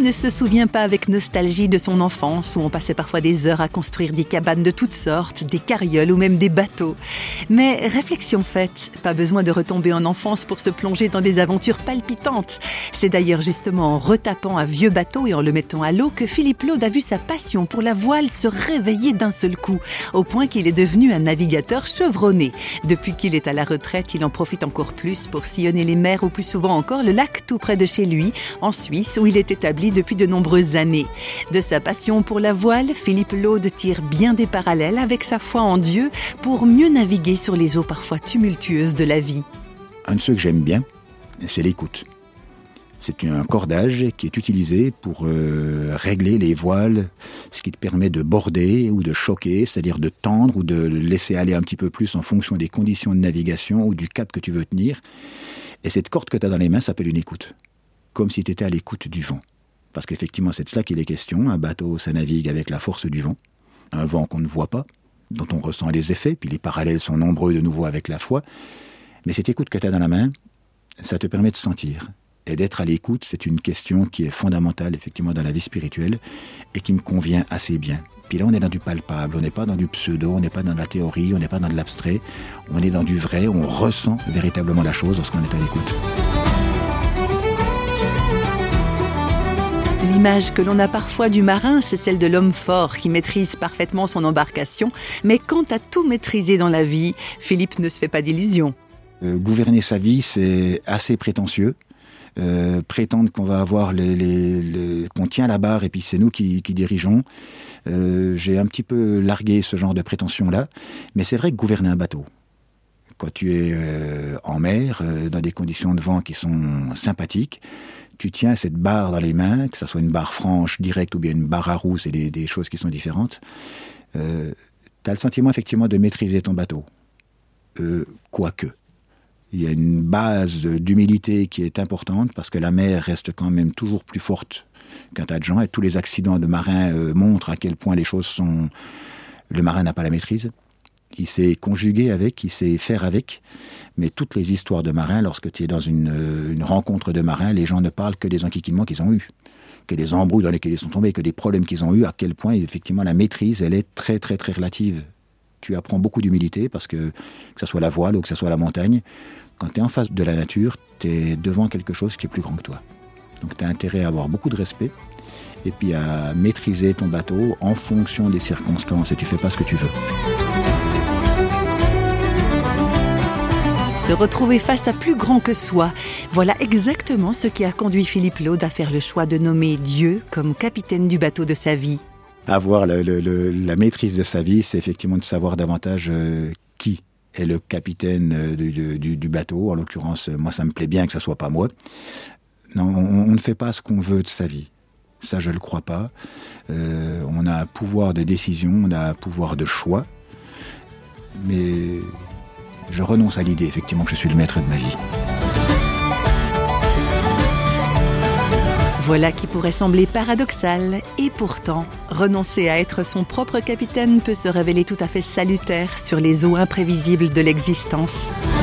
ne se souvient pas avec nostalgie de son enfance où on passait parfois des heures à construire des cabanes de toutes sortes, des carrioles ou même des bateaux. Mais réflexion faite, pas besoin de retomber en enfance pour se plonger dans des aventures palpitantes. C'est d'ailleurs justement en retapant un vieux bateau et en le mettant à l'eau que Philippe Laude a vu sa passion pour la voile se réveiller d'un seul coup, au point qu'il est devenu un navigateur chevronné. Depuis qu'il est à la retraite, il en profite encore plus pour sillonner les mers ou plus souvent encore le lac tout près de chez lui, en Suisse, où il est établi depuis de nombreuses années. De sa passion pour la voile, Philippe Laude tire bien des parallèles avec sa foi en Dieu pour mieux naviguer sur les eaux parfois tumultueuses de la vie. Un de ceux que j'aime bien, c'est l'écoute. C'est un cordage qui est utilisé pour régler les voiles, ce qui te permet de border ou de choquer, c'est-à-dire de tendre ou de laisser aller un petit peu plus en fonction des conditions de navigation ou du cap que tu veux tenir. Et cette corde que tu as dans les mains s'appelle une écoute, comme si tu étais à l'écoute du vent. Parce qu'effectivement, c'est de cela qu'il est question. Un bateau, ça navigue avec la force du vent. Un vent qu'on ne voit pas, dont on ressent les effets, puis les parallèles sont nombreux de nouveau avec la foi. Mais cette écoute que tu as dans la main, ça te permet de sentir. Et d'être à l'écoute, c'est une question qui est fondamentale, effectivement, dans la vie spirituelle, et qui me convient assez bien. Puis là, on est dans du palpable, on n'est pas dans du pseudo, on n'est pas dans la théorie, on n'est pas dans de l'abstrait, on est dans du vrai, on ressent véritablement la chose lorsqu'on est à l'écoute. L'image que l'on a parfois du marin, c'est celle de l'homme fort qui maîtrise parfaitement son embarcation. Mais quant à tout maîtriser dans la vie, Philippe ne se fait pas d'illusions. Gouverner sa vie, c'est assez prétentieux. Prétendre qu'on va avoir qu'on tient la barre et puis c'est nous qui dirigeons. J'ai un petit peu largué ce genre de prétention-là, mais c'est vrai que gouverner un bateau, quand tu es en mer, dans des conditions de vent qui sont sympathiques, tu tiens cette barre dans les mains, que ce soit une barre franche, directe ou bien une barre à roue, c'est des choses qui sont différentes. Tu as le sentiment effectivement de maîtriser ton bateau. Quoique. Il y a une base d'humilité qui est importante parce que la mer reste quand même toujours plus forte qu'un tas de gens et tous les accidents de marins montrent à quel point les choses sont... Le marin n'a pas la maîtrise. Il sait conjuguer avec, il sait faire avec, mais toutes les histoires de marins, lorsque tu es dans une rencontre de marins, les gens ne parlent que des enquiquinements qu'ils ont eus, que des embrouilles dans lesquelles ils sont tombés, que des problèmes qu'ils ont eus, à quel point effectivement la maîtrise, elle est très très très relative. Tu apprends beaucoup d'humilité parce que ce soit la voile ou que ce soit la montagne, quand tu es en face de la nature, tu es devant quelque chose qui est plus grand que toi. Donc tu as intérêt à avoir beaucoup de respect et puis à maîtriser ton bateau en fonction des circonstances et tu fais pas ce que tu veux. Se retrouver face à plus grand que soi, voilà exactement ce qui a conduit Philippe Laude à faire le choix de nommer Dieu comme capitaine du bateau de sa vie. Avoir la maîtrise de sa vie, c'est effectivement de savoir davantage qui est le capitaine du bateau. En l'occurrence, moi, ça me plaît bien que ça soit pas moi. Non, on ne fait pas ce qu'on veut de sa vie. Ça, je le crois pas. On a un pouvoir de décision, on a un pouvoir de choix. Mais je renonce à l'idée, effectivement, que je suis le maître de ma vie. Voilà qui pourrait sembler paradoxal, et pourtant, renoncer à être son propre capitaine peut se révéler tout à fait salutaire sur les eaux imprévisibles de l'existence.